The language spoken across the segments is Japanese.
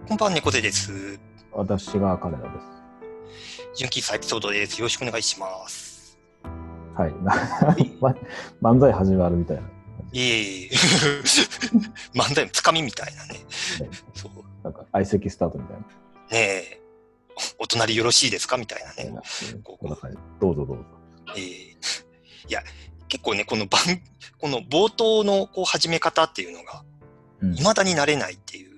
こんばんは、猫背です。 私が金田です。 純喫茶エピソードです。よろしくお願いします。 はい。漫才始まるみたいな。 いえいえ。漫才のつかみみたいなね。 ね、 そう。 なんか相席スタートみたいな。 ねえ、お隣よろしいですかみたいなね。 こんな感じ。どうぞどうぞ。 いや、結構ね、この冒頭のこう始め方っていうのが、未だに慣れないっていう。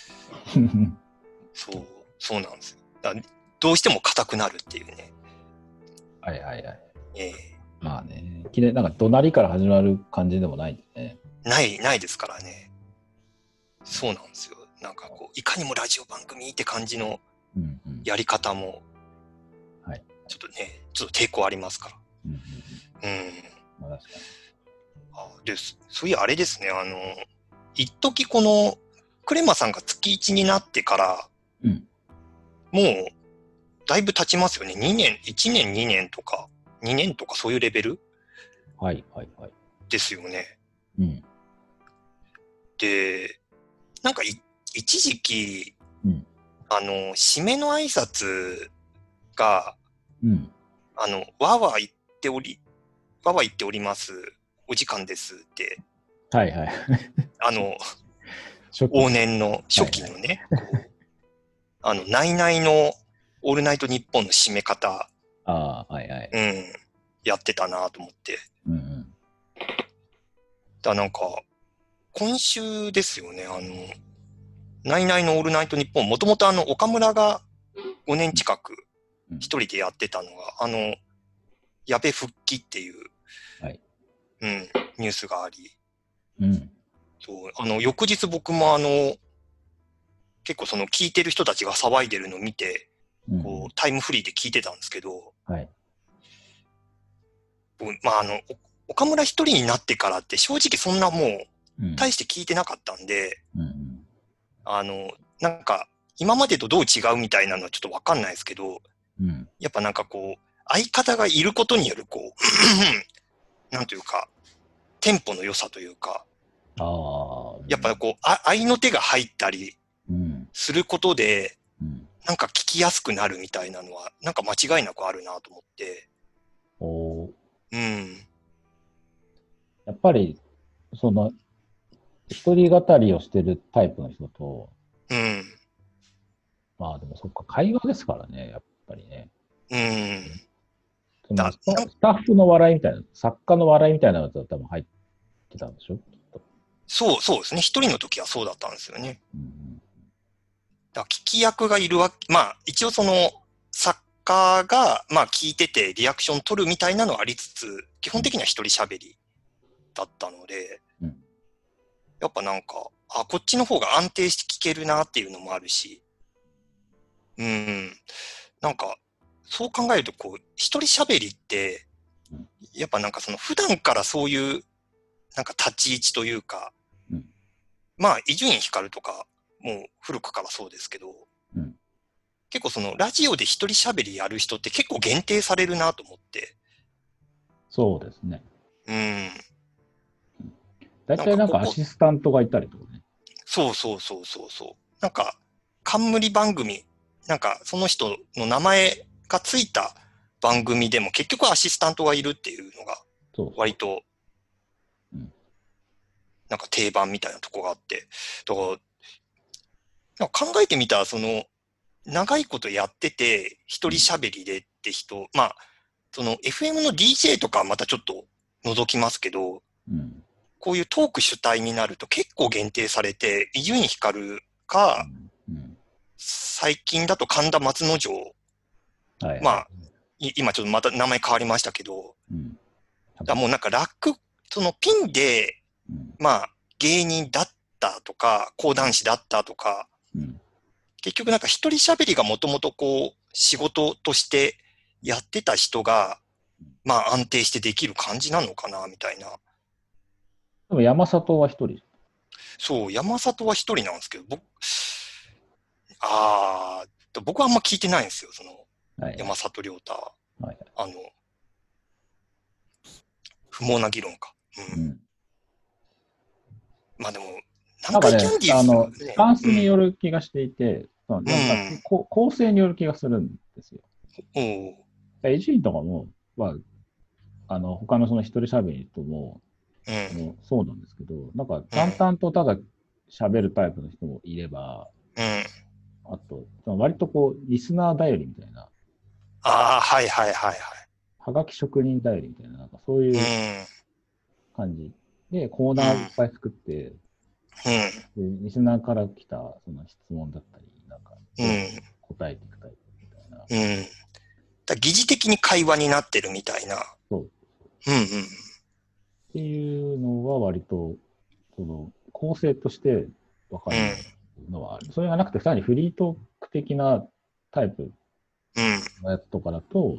そうなんですよ。だどうしても硬くなるっていうね。 はいはいはい。 えまあね、いきなりなんか怒鳴りから始まる感じでもないんでね。 ないですからね。そうなんですよ。なんかこう、いかにもラジオ番組って感じのやり方も、ちょっとね、ちょっと抵抗ありますから。 まあ、確かに。 で、そういうあれですね、一時この、クレマさんが月1になってから、もう、だいぶ経ちますよね。2年、1年、2年とか、2年とかそういうレベルはいはいはい。 ですよね。で、なんか一時期、締めの挨拶が、わわ言っております、お時間ですって、 はいはい。 往年の初期のね、ナイナイのオールナイトニッポンの締め方、やってたなと思って。なんか、今週ですよね、ナイナイのオールナイトニッポン、もともと岡村が5年近く一人でやってたのが、矢部復帰っていう、ニュースがあり、そう、翌日僕も結構その聞いてる人たちが騒いでるのを見て、こう、タイムフリーで聞いてたんですけど、まあ岡村一人になってからって正直そんなもう、大して聞いてなかったんで、なんか、今までとどう違うみたいなのはちょっとわかんないですけど、やっぱなんかこう、相方がいることによるこう、なんというか、テンポの良さというか、やっぱこう、合いの手が入ったりすることで、なんか聞きやすくなるみたいなのは、なんか間違いなくあるなと思って。 やっぱり、その、一人語りをしてるタイプの人と、まあでもそっか、会話ですからね、やっぱりね。そのスタッフの笑いみたいな、作家の笑いみたいなのと多分入ってたんでしょ、きっと。 そうですね。一人の時はそうだったんですよね。だから聞き役がいるわけ、まあ一応その作家がまあ聞いててリアクション取るみたいなのはありつつ、基本的には一人喋りだったので、やっぱなんか、こっちの方が安定して聞けるなっていうのもあるし、なんか、そう考えるとこう、一人喋りって、やっぱなんかその普段からそういうなんか立ち位置というか、まあ伊集院光とかもう古くからそうですけど、結構そのラジオで一人喋りやる人って結構限定されるなと思って。 そうですね。大体なんかアシスタントがいたりとかね。 そう。なんか、冠番組、なんかその人の名前がついた番組でも結局アシスタントがいるっていうのが、割と、なんか定番みたいなとこがあって。だから、考えてみたら、その、長いことやってて、一人喋りでって人、まあ、その FM の DJ とかはまたちょっと覗きますけど、こういうトーク主体になると結構限定されて、伊集院光か、最近だと神田松之丞、まあ、今ちょっとまた名前変わりましたけど、だもうなんかそのピンで、まあ、芸人だったとか、講談師だったとか、結局なんか一人喋りがもともとこう、仕事としてやってた人が、まあ安定してできる感じなのかな、みたいな。 でも山里は一人。 そう、山里は一人なんですけど、僕はあんま聞いてないんですよ、その、山里亮太。不毛な議論か。まあでも、 南海キャンディーズ、 スタンスによる気がしていて、なんか構成による気がするんですよ。伊集院とかも、他のその一人喋りとも、そうなんですけど、なんか淡々とただ喋るタイプの人もいれば、あと、割とこう、リスナー頼りみたいな。 はいはいはいはい。 はがき職人頼りみたいな、なんかそういう感じで、コーナーをいっぱい作って、でリスナーから来たその質問だったり、なんか、答えていくタイプみたいな。 疑似的に会話になってるみたいな。 そう。っていうのは割と、その、構成として分かるのはある。それがなくて、さらにフリートーク的なタイプのやつとかだと、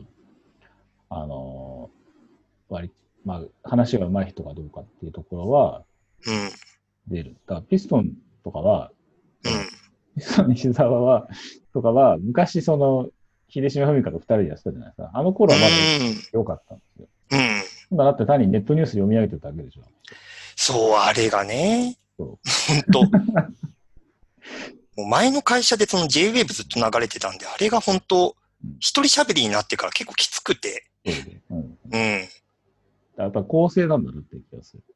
話が上手い人かどうかっていうところは出る。だからピストンとかは、ピストン西沢とかは、昔その、秀島文香と二人でやってたじゃないですか。あの頃はまだ良かったんですよ。だって単にネットニュース読み上げてるだけでしょ。 そう、あれがね。本当。もう前の会社でその J-Wave ずっと流れてたんで、あれが本当、一人喋りになってから結構きつくて。 やっぱ構成なんだなって気がする。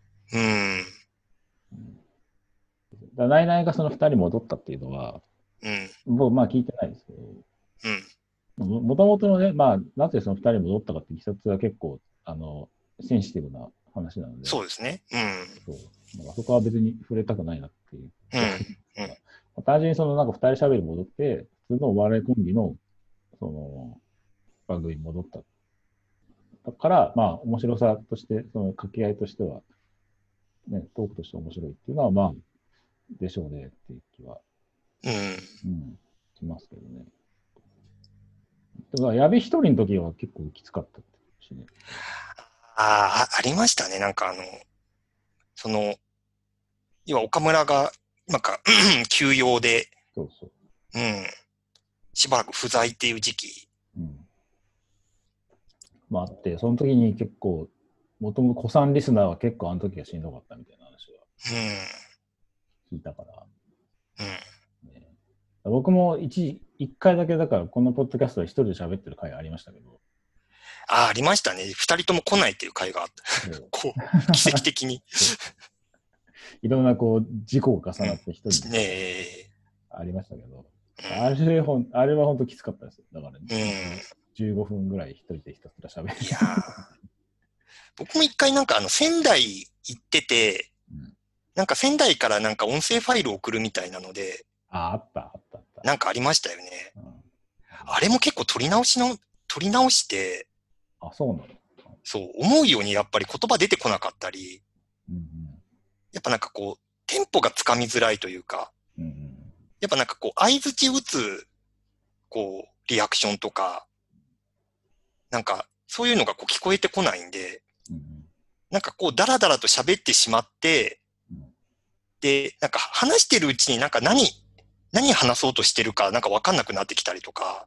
ナイナイがその二人戻ったっていうのは、僕聞いてないですけど、もともとのね、なぜその二人戻ったかっていきさつは結構、センシティブな話なので。 そうですね。 そこは別に触れたくないなっていう。単純にそのなんか二人喋り戻って、普通のお笑いコンビの、その、番組に戻った。だから、面白さとして、その掛け合いとしては、ね、トークとして面白いっていうのは、でしょうねっていう気は、しますけどね。だから、矢部一人の時は結構きつかったしね。 ありましたね。なんかその、今岡村が、なんか、休養で、しばらく不在っていう時期。 あって、その時に結構、もともと古参リスナーは結構あの時がしんどかったみたいな話が聞いたから。僕も一回だけだからこのポッドキャストで一人で喋ってる回ありましたけど。 ありましたね。二人とも来ないっていう回があった。こう、奇跡的に。 いろんなこう、事故が重なって一人でありましたけど。あれは本当きつかったですよ。だからね。15分ぐらい一人でひたすら喋る。 いや僕も一回なんか仙台行ってて、なんか仙台からなんか音声ファイル送るみたいなので、 あった。 なんかありましたよね。あれも結構取り直して、 そうなの？ そう、思うようにやっぱり言葉出てこなかったり、やっぱなんかこう、テンポがつかみづらいというか、やっぱなんかこう、相槌打つ、こう、リアクションとか、なんか、そういうのがこう聞こえてこないんで、なんかこう、ダラダラと喋ってしまって、で、なんか話してるうちになんか何話そうとしてるかなんかわかんなくなってきたりとか。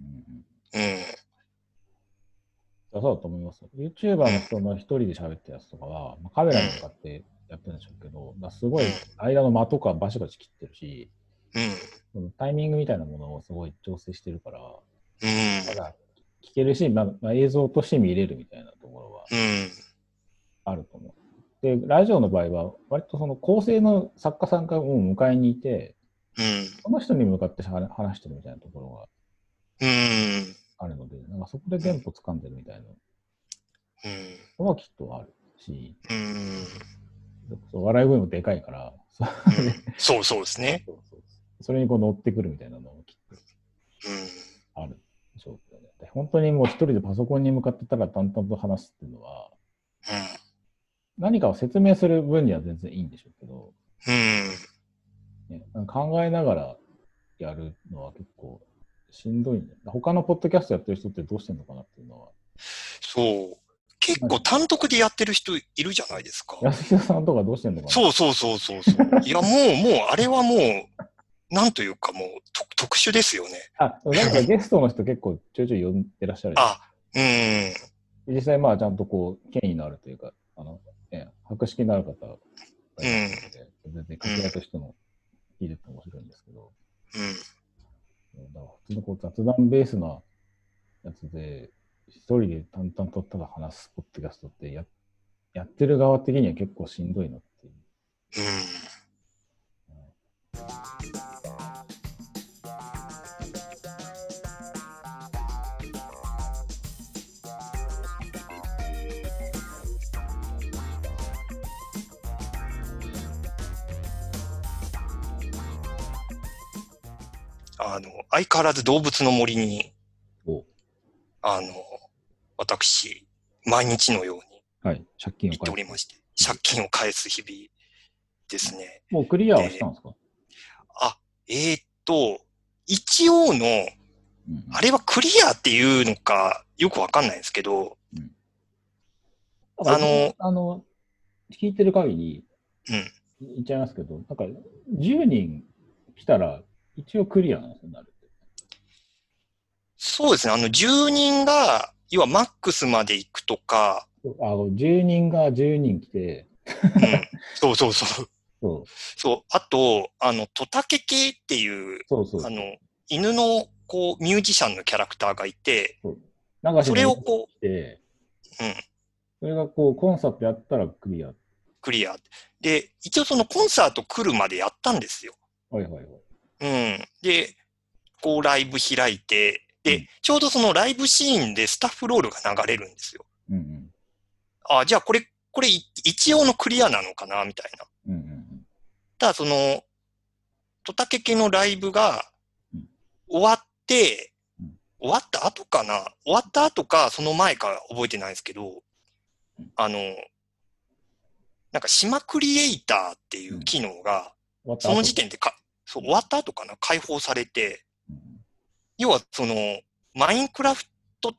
そうだと思います。YouTuber の人の一人で喋ったやつとかは、カメラに向かってやってるんでしょうけど、すごい間の間とかバシバシ切ってるし、そのタイミングみたいなものをすごい調整してるから、ただ聞けるし、映像として見れるみたいなところはあると思う。で、ラジオの場合は、割とその構成の作家さんがもう迎えにいて、その人に向かって話してるみたいなところがあるので、なんかそこでテンポ掴んでるみたいなのはきっとあるし、笑い声もでかいから、 そうですね。 それにこう乗ってくるみたいなのもきっとあるでしょうけどね。本当にもう一人でパソコンに向かってたら淡々と話すっていうのは、何かを説明する分には全然いいんでしょうけど、考えながらやるのは結構しんどいね。他のポッドキャストやってる人ってどうしてんのかなっていうのは。 そう。結構単独でやってる人いるじゃないですか。 安田さんとかどうしてんのかな。 そう。いや、もう、あれはもう、なんというかもう、特殊ですよね。 だからゲストの人結構ちょいちょい呼んでらっしゃる。実際ちゃんとこう、権威のあるというか、博識のある方が全然で、掛け合いとしても聞いてて面白いんですけど、だから普通のこう雑談ベースなやつで、一人で淡々とただ話すポッドキャストってやってる側的には結構しんどいなっていう。 相変わらず動物の森に、私、毎日のように行っておりまして、借金を返す日々ですね。 もうクリアはしたんですか？ 一応の、あれはクリアっていうのかよくわかんないんですけど、 聞いてる限り、言っちゃいますけど、なんか10人来たら一応クリアなんですよ、なるって。 そうですね、10人が、要はマックスまで行くとか、 10人が10人来て、 そう。そう。あと、トタケ系っていう、犬の、こう、ミュージシャンのキャラクターがいて、それをこう、 それがこう、コンサートやったらクリア。 で、一応そのコンサート来るまでやったんですよ。で、こう、ライブ開いて、で、ちょうどそのライブシーンでスタッフロールが流れるんですよ。じゃあこれ一応のクリアなのかなみたいな。ただその、トタケケのライブが終わった後かな、終わった後かその前か覚えてないですけど、なんか島クリエイターっていう機能が、その時点で終わった後かな、解放されて、要はその、マインクラフト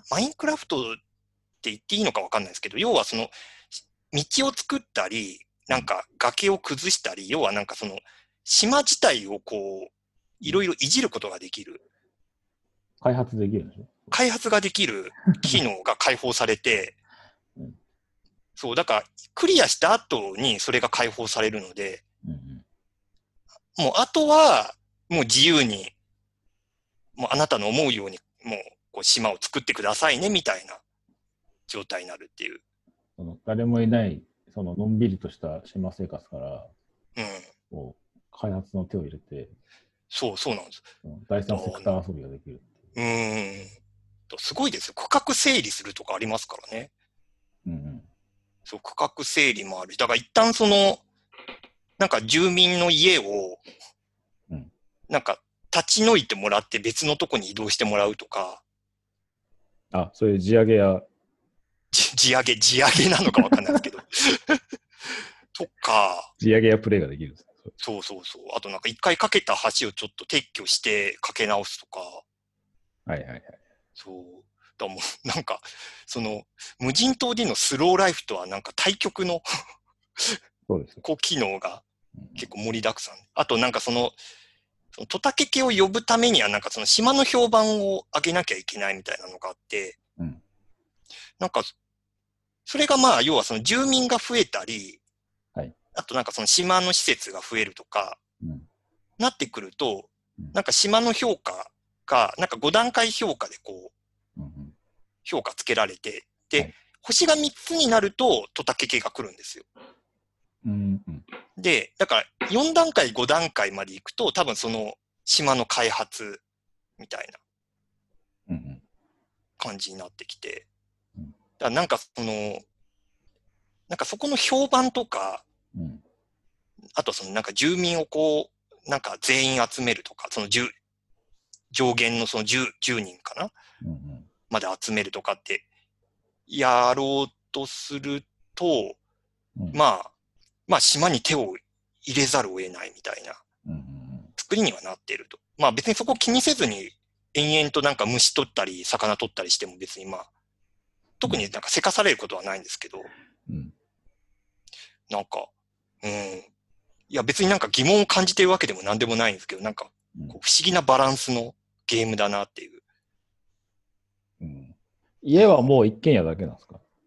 って言っていいのかわかんないですけど、要はその、道を作ったり、なんか崖を崩したり、要はなんかその、島自体をこう、いろいろいじることができる。 開発できるんでしょ？ 開発ができる機能が解放されて、そう、だから、クリアした後にそれが解放されるので、もうあとは、もう自由に、もうあなたの思うように、もうこう島を作ってくださいね、みたいな状態になるっていう。 誰もいない、そののんびりとした島生活から、こう開発の手を入れて、 そうなんです。 第三セクター遊びができる。 すごいですよ。区画整理するとかありますからね。そう、区画整理もある。だから一旦その、なんか住民の家を、なんか立ち退いてもらって別のとこに移動してもらうとか。 そういう地上げや。 地上げなのかわかんないですけど。とか。 地上げやプレイができる。 そう。あとなんか一回かけた橋をちょっと撤去してかけ直すとか。そう。だもうなんか、その、無人島でのスローライフとはなんか対極のこう機能が結構盛りだくさん。あとなんかそのトタケケを呼ぶためにはなんかその島の評判を上げなきゃいけないみたいなのがあって、なんか、それがまあ要はその住民が増えたり、あとなんかその島の施設が増えるとか、なってくると、なんか島の評価が、なんか5段階評価でこう、評価つけられて、で、星が3つになるとトタケケが来るんですよ。で、だから4段階、5段階まで行くと多分その島の開発みたいな感じになってきて、だからなんかその、なんかそこの評判とか、あとそのなんか住民をこう、なんか全員集めるとか、その上限のその 10人かな、まで集めるとかってやろうとすると、まあ島に手を入れざるを得ないみたいな作りにはなっていると。まあ別にそこ気にせずに延々となんか虫取ったり魚取ったりしても別にまあ特になんかせかされることはないんですけど、なんか、いや別になんか疑問を感じてるわけでもなんでもないんですけど、なんかこう不思議なバランスのゲームだなっていう。 家はもう一軒家だけなんですか？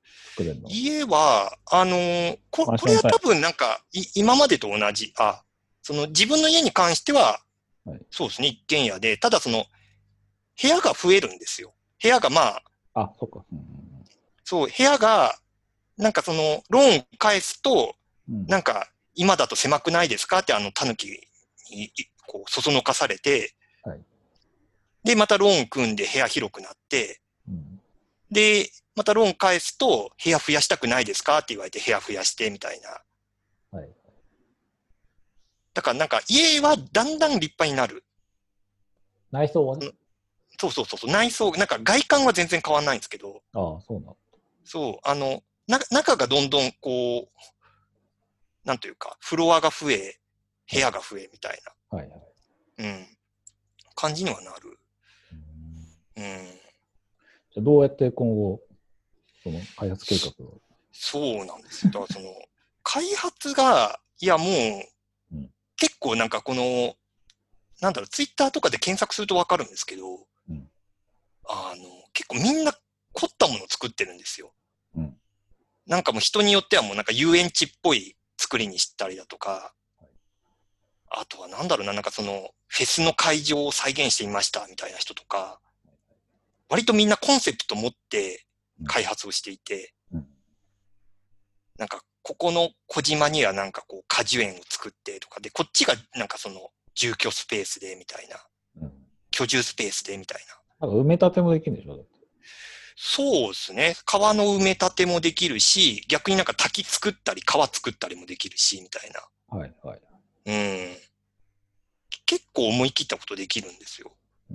作れるの？ 家は、これは多分なんか、今までと同じ。その自分の家に関しては、 はい、 そうですね、一軒家で、ただその、部屋が増えるんですよ。部屋がそっか。 そう、部屋が、なんかその、ローン返すと、 うん。 なんか、今だと狭くないですかってタヌキに、こう、そそのかされて、 はい。 で、またローン組んで部屋広くなって、 うん。 で、またローン返すと、部屋増やしたくないですかって言われて部屋増やして、みたいな。 はい。 だからなんか、家はだんだん立派になる。 内装はね。 そう。内装、なんか外観は全然変わんないんですけど、 そうなの。 そう、中がどんどんこう、なんというか、フロアが増え、部屋が増えみたいはいはい。 な、感じにはなる。うん。 じゃあどうやって今後、その開発計画を。 そうなんですよ。だからその、開発が、いやもう、 うん、 結構なんかこの、なんだろう、ツイッターとかで検索するとわかるんですけど、 うん、 結構みんな凝ったものを作ってるんですよ。 うん。 なんかもう人によってはもうなんか遊園地っぽい作りにしたりだとか、あとはなんだろうな、なんかその、フェスの会場を再現してみましたみたいな人とか、割とみんなコンセプト持って開発をしていて、 うん、 なんかここの小島にはなんかこう果樹園を作ってとかで、こっちがなんかその住居スペースでみたいな、 うん。 居住スペースでみたいな。 なんか埋め立てもできるんでしょ？だって。 そうですね。川の埋め立てもできるし、逆になんか滝作ったり川作ったりもできるし、みたいな。 はいはい。 うん。結構思い切ったことできるんですよ。 うん。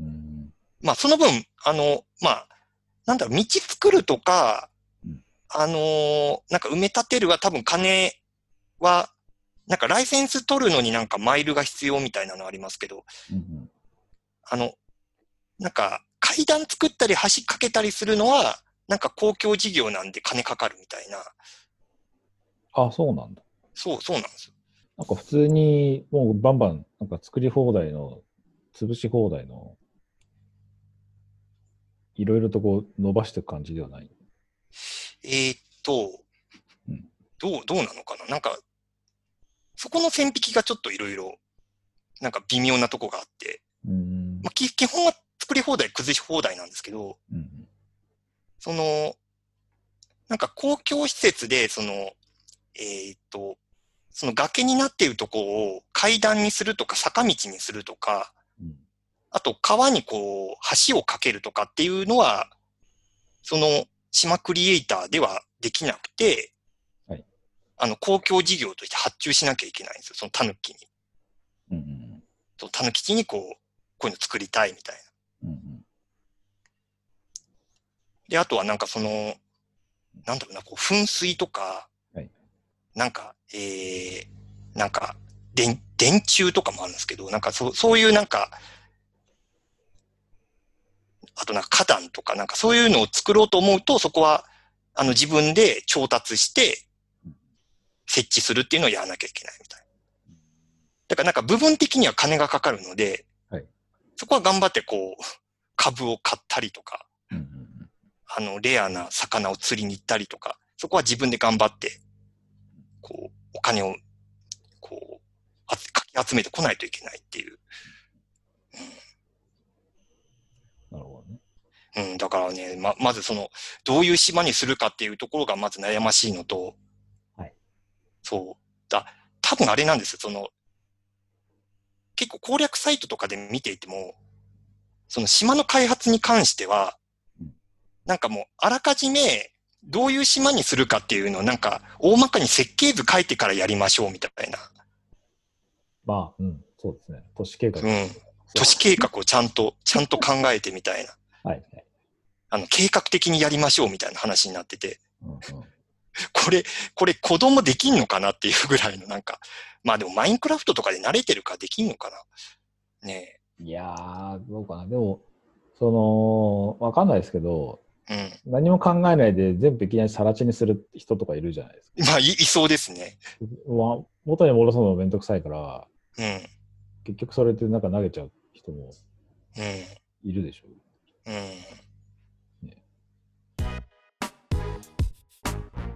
まあその分、なんだろう、道作るとか、 うん。 なんか埋め立てるは多分金は、なんかライセンス取るのになんかマイルが必要みたいなのありますけど、 うん。 あの、なんか階段作ったり橋かけたりするのは、なんか公共事業なんで金かかるみたいな。 そうなんだ。 そうなんですよ。 なんか普通にもうバンバンなんか作り放題の、潰し放題の、いろいろとこう伸ばしていく感じではない。 えーっと、 うん。 どうなのかななんか、そこの線引きがちょっといろいろ、なんか微妙なとこがあって、 うん。 基本は作り放題、崩し放題なんですけど、 うん。 その、なんか公共施設で、えーっと、その崖になっているところを階段にするとか坂道にするとか、 うん。 あと川にこう橋を架けるとかっていうのは、その島クリエイターではできなくて、 はい。 公共事業として発注しなきゃいけないんですよ。そのタヌキに。 うん。 タヌキ地にこういうの作りたいみたいな。 うん。 で、あとはなんかその、なんだろうな、こう噴水とか、 はい。 なんか、なんか、電柱とかもあるんですけど、なんかそういうなんか、あとなんか花壇とかなんかそういうのを作ろうと思うと、そこは、自分で調達して設置するっていうのをやらなきゃいけないみたいな。だからなんか部分的には金がかかるので、 はい。 そこは頑張ってこう、株を買ったりとか、 うん。 レアな魚を釣りに行ったりとか、そこは自分で頑張って、こう、お金を、こう、かき集めてこないといけないっていう。 なるほどね。 だからね、まずその、どういう島にするかっていうところがまず悩ましいのと、 はい。 そう。多分あれなんですよ。結構攻略サイトとかで見ていても、その島の開発に関しては、 うん。 なんかもう、あらかじめ、どういう島にするかっていうのをなんか、大まかに設計図書いてからやりましょうみたいな。 うん。そうですね。都市計画。 うん。都市計画をちゃんと考えてみたいな。 はい。はい。 計画的にやりましょうみたいな話になってて、 うん。うん。 これ子供できんのかなっていうぐらいのなんか、まあでもマインクラフトとかで慣れてるからできんのかな。ねいやー、どうかな。でも、わかんないですけど、 え。 何も考えないで全部いきなり更地にする人とかいるじゃないですか。 まあ、いそうですね。 元に戻すのもめんどくさいから、 うん。 結局それでなんか投げちゃう人もうん。 いるでしょうん。 うね。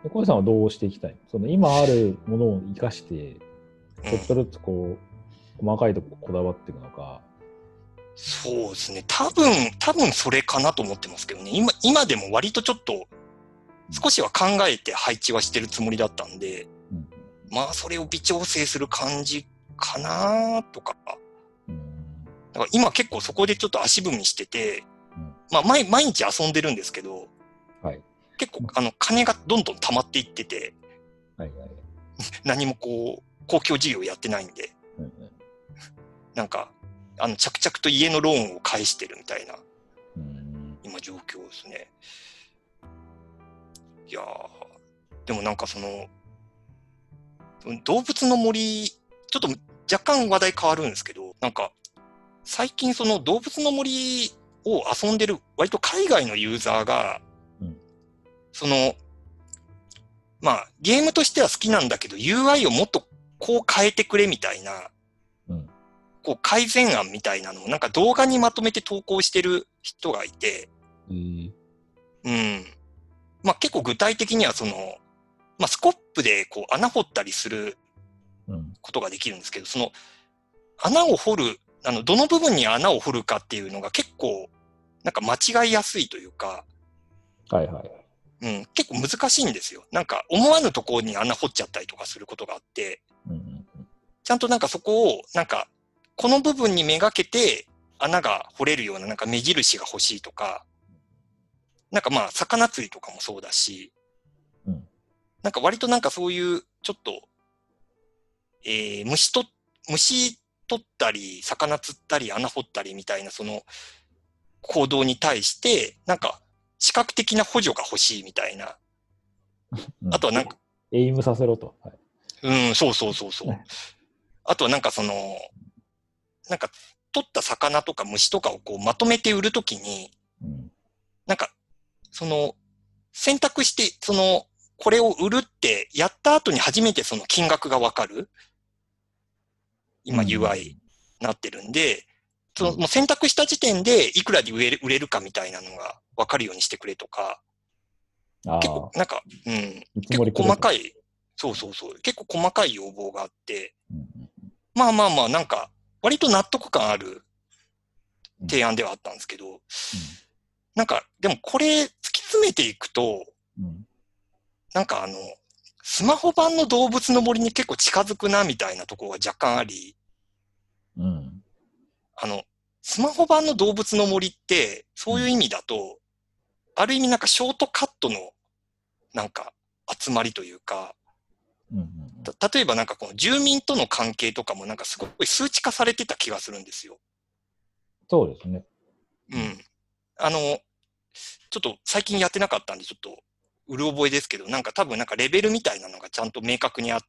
小井さんはどうしていきたい？その今あるものを生かして、ちょっとずつこう、細かいとここだわっていくのか。 そうですね。多分それかなと思ってますけどね。今でも割とちょっと少しは考えて配置はしてるつもりだったんで、 うん、 まあそれを微調整する感じかなとか。 うん、 だから今結構そこでちょっと足踏みしてて、 うん、 まあ毎日遊んでるんですけど、 はい。 結構金がどんどん溜まっていってて、 はいはい。 何もこう、公共事業やってないんで、 うんうん、 なんか、着々と家のローンを返してるみたいな、今状況ですね。いやー、でもなんか動物の森、ちょっと若干話題変わるんですけど、なんか、最近その動物の森を遊んでる割と海外のユーザーが、 うん、 まあ、ゲームとしては好きなんだけど、UI をもっとこう変えてくれみたいな、 うん、 こう改善案みたいなのをなんか動画にまとめて投稿してる人がいて、うん。まあ結構具体的にはまあスコップでこう穴掘ったりすることができるんですけど、その穴を掘る、どの部分に穴を掘るかっていうのが結構なんか間違いやすいというか、 はいはい。 うん、結構難しいんですよ。なんか思わぬところに穴掘っちゃったりとかすることがあって、 うん、 ちゃんとなんかそこを、なんか、この部分にめがけて穴が掘れるようななんか目印が欲しいとか、なんかまあ、魚釣りとかもそうだし、 うん、 なんか割となんかそういう、ちょっと、虫取ったり、魚釣ったり、穴掘ったりみたいなその行動に対して、なんか、視覚的な補助が欲しいみたいな。 うん。 あとはなんか、 エイムさせろと。はい。 うん、そうそうそうそう。あとはなんかなんか、取った魚とか虫とかをこうまとめて売るときに、 うん、 なんか、選択して、これを売るってやった後に初めてその金額がわかる、今うん、 UI なってるんで、もう選択した時点でいくらで売れるかみたいなのがわかるようにしてくれとか、結構ああ、 なんか、うん、 見積結もりくれと。 構細かい、そうそうそう、結構細かい要望があって、 うん、 まあまあまあなんか、割と納得感あるうん、 提案ではあったんですけど、 うん、 なんか、でもこれ突き詰めていくと、 うん、 なんかスマホ版の動物の森に結構近づくなみたいなところが若干あり、 うん、 あの、スマホ版の動物の森って、 うん、 そういう意味だと、ある意味なんかショートカットのなんか集まりというか、 うん、 例えばなんかこの住民との関係とかもなんかすごい数値化されてた気がするんですよ。 そうですね。 うん。ちょっと最近やってなかったんで、ちょっとうる覚えですけど、なんか多分なんかレベルみたいなのがちゃんと明確にあって、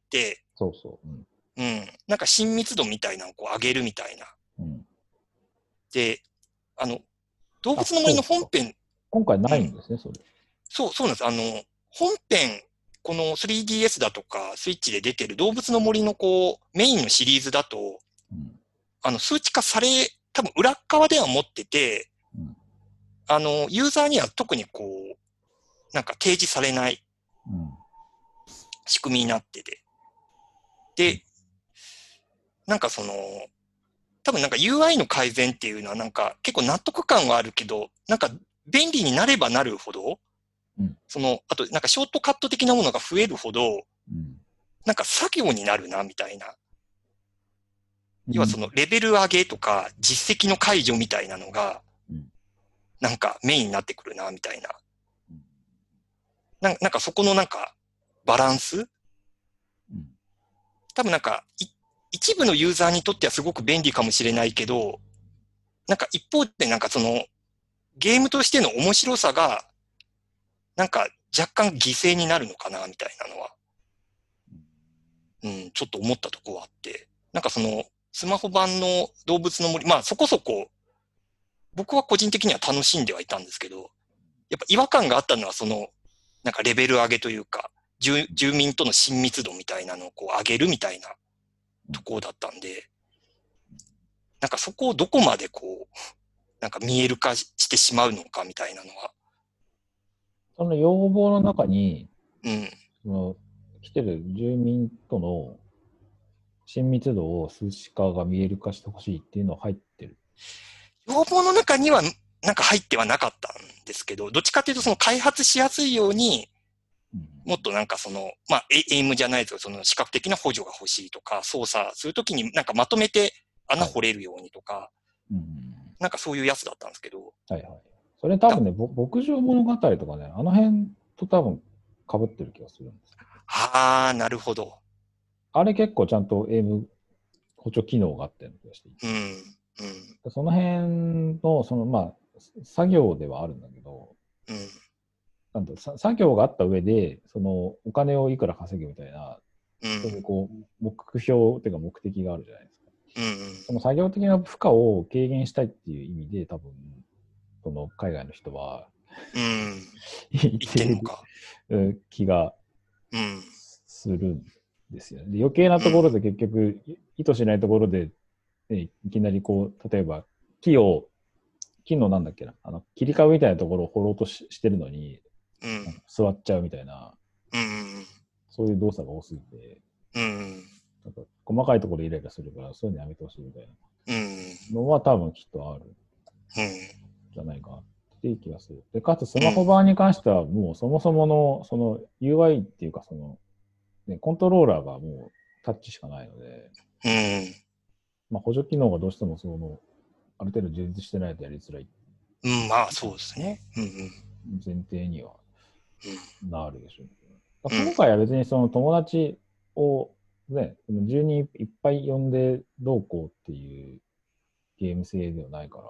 そうそう。うん、 うん。なんか親密度みたいなのをこう上げるみたいな。 うん。 で、あの、動あ、 物の森のそうか。 本編、 今回なうん。 いんですね、それ。 そうなんです。本編、この 3DS だとか、スイッチで出てる動物の森のこう、メインのシリーズだと、 うん、 数値化され、多分裏側では持ってて、 うん、 ユーザーには特にこう、なんか提示されないうん、 仕組みになってて。 うん、 で、なんか多分なんか UI の改善っていうのはなんか結構納得感はあるけど、なんか便利になればなるほど、 うん、 あとなんかショートカット的なものが増えるほど、 うん、 なんか作業になるな、みたいな。 うん、 要はそのレベル上げとか実績の解除みたいなのが、なんかメインになってくるな、みたいな。なんかそこのなんかバランス、 うん、 多分なんか一部のユーザーにとってはすごく便利かもしれないけど、なんか一方でなんかゲームとしての面白さが、なんか若干犠牲になるのかな、みたいなのは、うん、ちょっと思ったところはあって、なんかスマホ版の動物の森、まあそこそこ、僕は個人的には楽しんではいたんですけど、やっぱ違和感があったのはなんかレベル上げというか、住民との親密度みたいなのをこう上げるみたいなところだったんで、なんかそこをどこまでこう、なんか見える化してしまうのかみたいなのは、 その要望の中に、 うん。 その、来てる住民との親密度を数値化が見える化してほしいっていうのは入ってる。 要望の中にはなんか入ってはなかったんですけど、どっちかというとその開発しやすいように、もっとなんかその、まあ、エイムじゃないですけど、その視覚的な補助が欲しいとか、操作するときになんかまとめて穴掘れるようにとか、なんかそういうやつだったんですけど。 はいはい。それ多分ね、牧場物語とかね、あの辺と多分被ってる気がするんです。 ああ、なるほど。 あれ結構ちゃんとエイム補助機能があったような気がしていて。その辺の、まあ、作業ではあるんだけど、なんだ作業があった上で、お金をいくら稼ぐみたいな、そういうこう、目標っていうか目的があるじゃないですか。その作業的な負荷を軽減したいっていう意味で、多分、その海外の人は、 言ってんのか。 気がするんですよね。で余計なところで結局、意図しないところで、ね、いきなりこう、例えば木のなんだっけな、切り株みたいなところを掘ろうとしてるのに、座っちゃうみたいな、そういう動作が多すぎて、なんか細かいところでイライラするから、そういうのやめてほしいみたいなのは多分きっとあるんじゃないかなっていう気がする。で、かつスマホ版に関してはもうそもそものその UI っていうかね、コントローラーがもうタッチしかないので、まあ補助機能がどうしてもある程度充実してないとやりづらい。 まあそうですね。 前提にはなるでしょうけど。今回は別にその友達をね、10人いっぱい呼んでどうこうっていうゲーム性ではないから、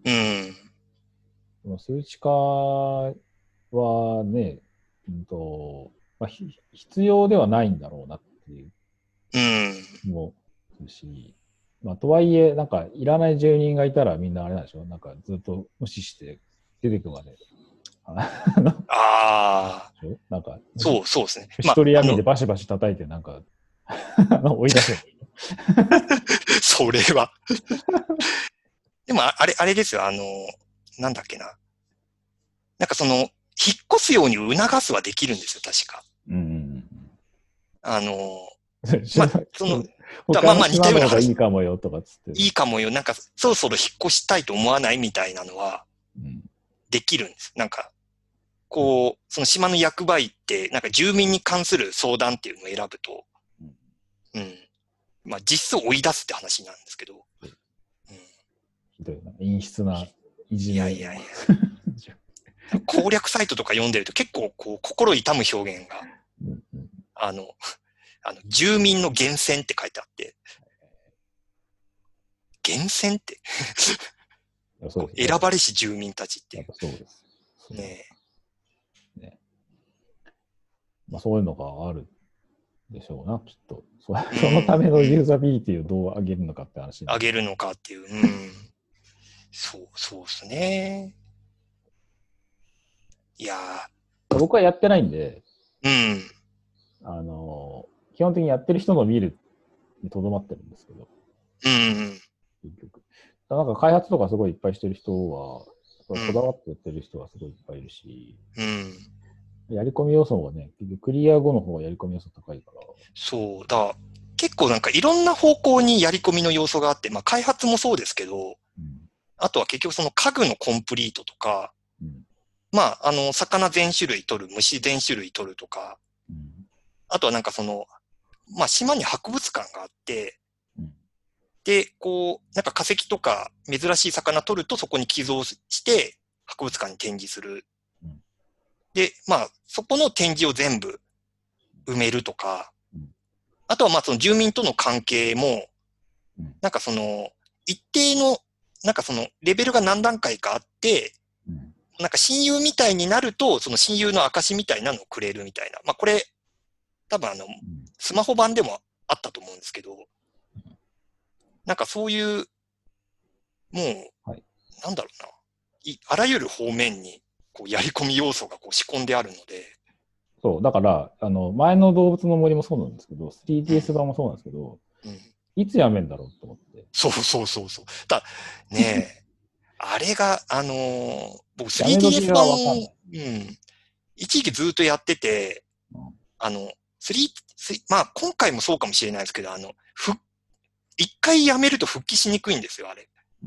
数値化はね、まあ、必要ではないんだろうなっていう気もするし、まあ、とはいえ、なんか、いらない住人がいたらみんなあれなんでしょ、なんかずっと無視して出てくまで。 ああ。 なんか、 そうですね。 一人闇でバシバシ叩いて、なんか、追い出せ。 それは。でも、あれですよ、なんだっけな。なんか引っ越すように促すはできるんですよ、確か。まあ、似たような話。 いいかもよとかつって。 いいかもよ。なんか、そろそろ引っ越したいと思わないみたいなのは、できるんです。なんか、こう、その島の役場行って、なんか住民に関する相談っていうのを選ぶと、まあ実質追い出すって話なんですけど。 ひどいな。陰湿ないじめ。 いや。攻略サイトとか読んでると結構こう心痛む表現が、住民の厳選って書いてあって、厳選って選ばれし住民たちっていう。 そうです。 ねまあそういうのがあるでしょうな、きっと。そのためのユーザビリティをどう上げるのかって話。 上げるのかっていう。そうですね。いや僕はやってないんで、 基本的にやってる人の見るにとどまってるんですけど。結局。なんか開発とかすごいいっぱいしてる人は、こだわってやってる人はすごいいっぱいいるし、やり込み要素はね、クリア後の方がやり込み要素高いから。 そうだ。結構なんかいろんな方向にやり込みの要素があって、まあ開発もそうですけど、あとは結局その家具のコンプリートとか、まあ、魚全種類取る、虫全種類取るとか、あとはなんかまあ島に博物館があって、で、こう、なんか化石とか珍しい魚取るとそこに寄贈して博物館に展示する。で、まあ、そこの展示を全部埋めるとか、あとはまあその住民との関係も、なんか一定の、なんかレベルが何段階かあって、なんか親友みたいになると、その親友の証みたいなのをくれるみたいな。まあこれ、多分スマホ版でもあったと思うんですけど、なんかそういう、もう、なんだろうな。あらゆる方面に、こう、やり込み要素がこう仕込んであるので。 そう、だから、前の動物の森もそうなんですけど、3DS 版もそうなんですけど、いつやめんだろうと思って。 そう。ねえ。あれが、僕 3DS 版、一時期ずっとやってて、 まあ、今回もそうかもしれないですけど、一回やめると復帰しにくいんですよ、あれ。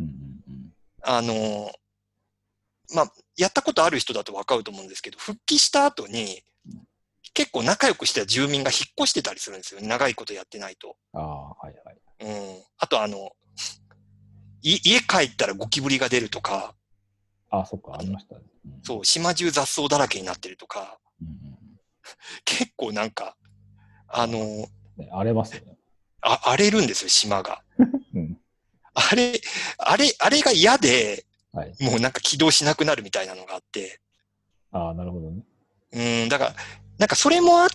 まあ、やったことある人だとわかると思うんですけど、復帰した後に、結構仲良くしてた住民が引っ越してたりするんですよ。長いことやってないと。 はいはい。 あと家帰ったらゴキブリが出るとか。 そっか、ありましたね。 そう、島中雑草だらけになってるとか。結構なんか、 荒れますよね。 荒れるんですよ、島が。あれが嫌で、もうなんか起動しなくなるみたいなのがあって。 なるほどね。 だから、なんかそれもあって、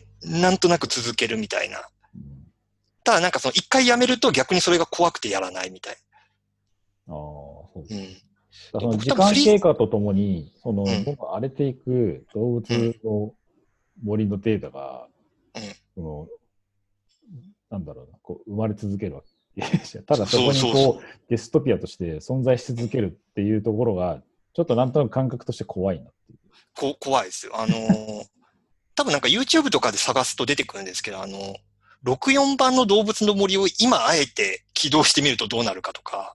なんとなく続けるみたいな。ただなんかその一回やめると逆にそれが怖くてやらないみたいな。 そうです。その時間経過とともに、どんどん荒れていく動物の森のデータが、なんだろうな、生まれ続けるわけ。ただそこにデストピアとして存在し続けるっていうところが、ちょっとなんとなく感覚として怖いなっていう。 怖いですよ。多分なんか YouTube とかで探すと出てくるんですけど、64番の動物の森を今あえて起動してみるとどうなるかとか。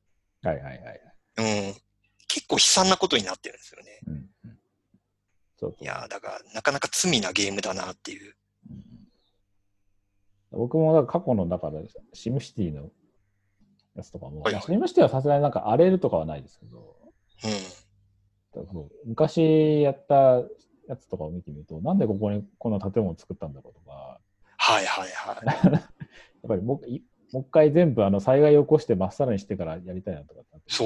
結構悲惨なことになってるんですよね。いやだからなかなか罪なゲームだなっていう。 僕も過去の中でシムシティのやつとかも、シムシティはさすがになんか荒れるとかはないですけど、昔やったやつとかを見てみると、なんでここにこの建物を作ったんだろうとか、やっぱりもう一回全部災害を起こしてまっさらにしてからやりたいなとか。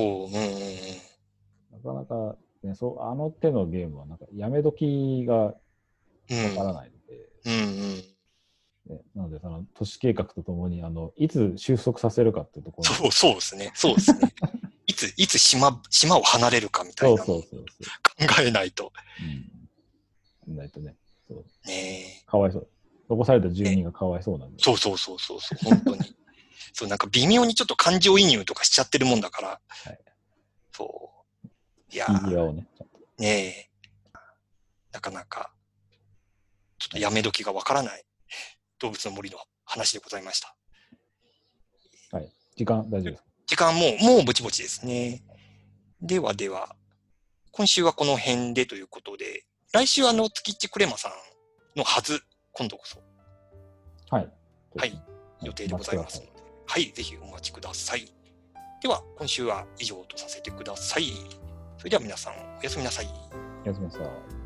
なかなか、ね、あの手のゲームはなんかやめ時がわからないので、なのでその都市計画とともにいつ収束させるかっていうところ。 そうですね。いつ島を離れるかみたいなのを考えないと。 ないとね。 ねかわいそう。残された住民がかわいそうなんで。 そう。本当に。なんか微妙にちょっと感情移入とかしちゃってるもんだから。いやねなかなか、ちょっとやめ時がわからない動物の森の話でございました。 時間大丈夫ですか？ 時間もうぼちぼちですね。では、今週はこの辺でということで、来週月一クレマさんのはず、今度こそ。予定でございますので、ぜひお待ちください。では、今週は以上とさせてください。それでは皆さん、おやすみなさい。 おやすみなさい。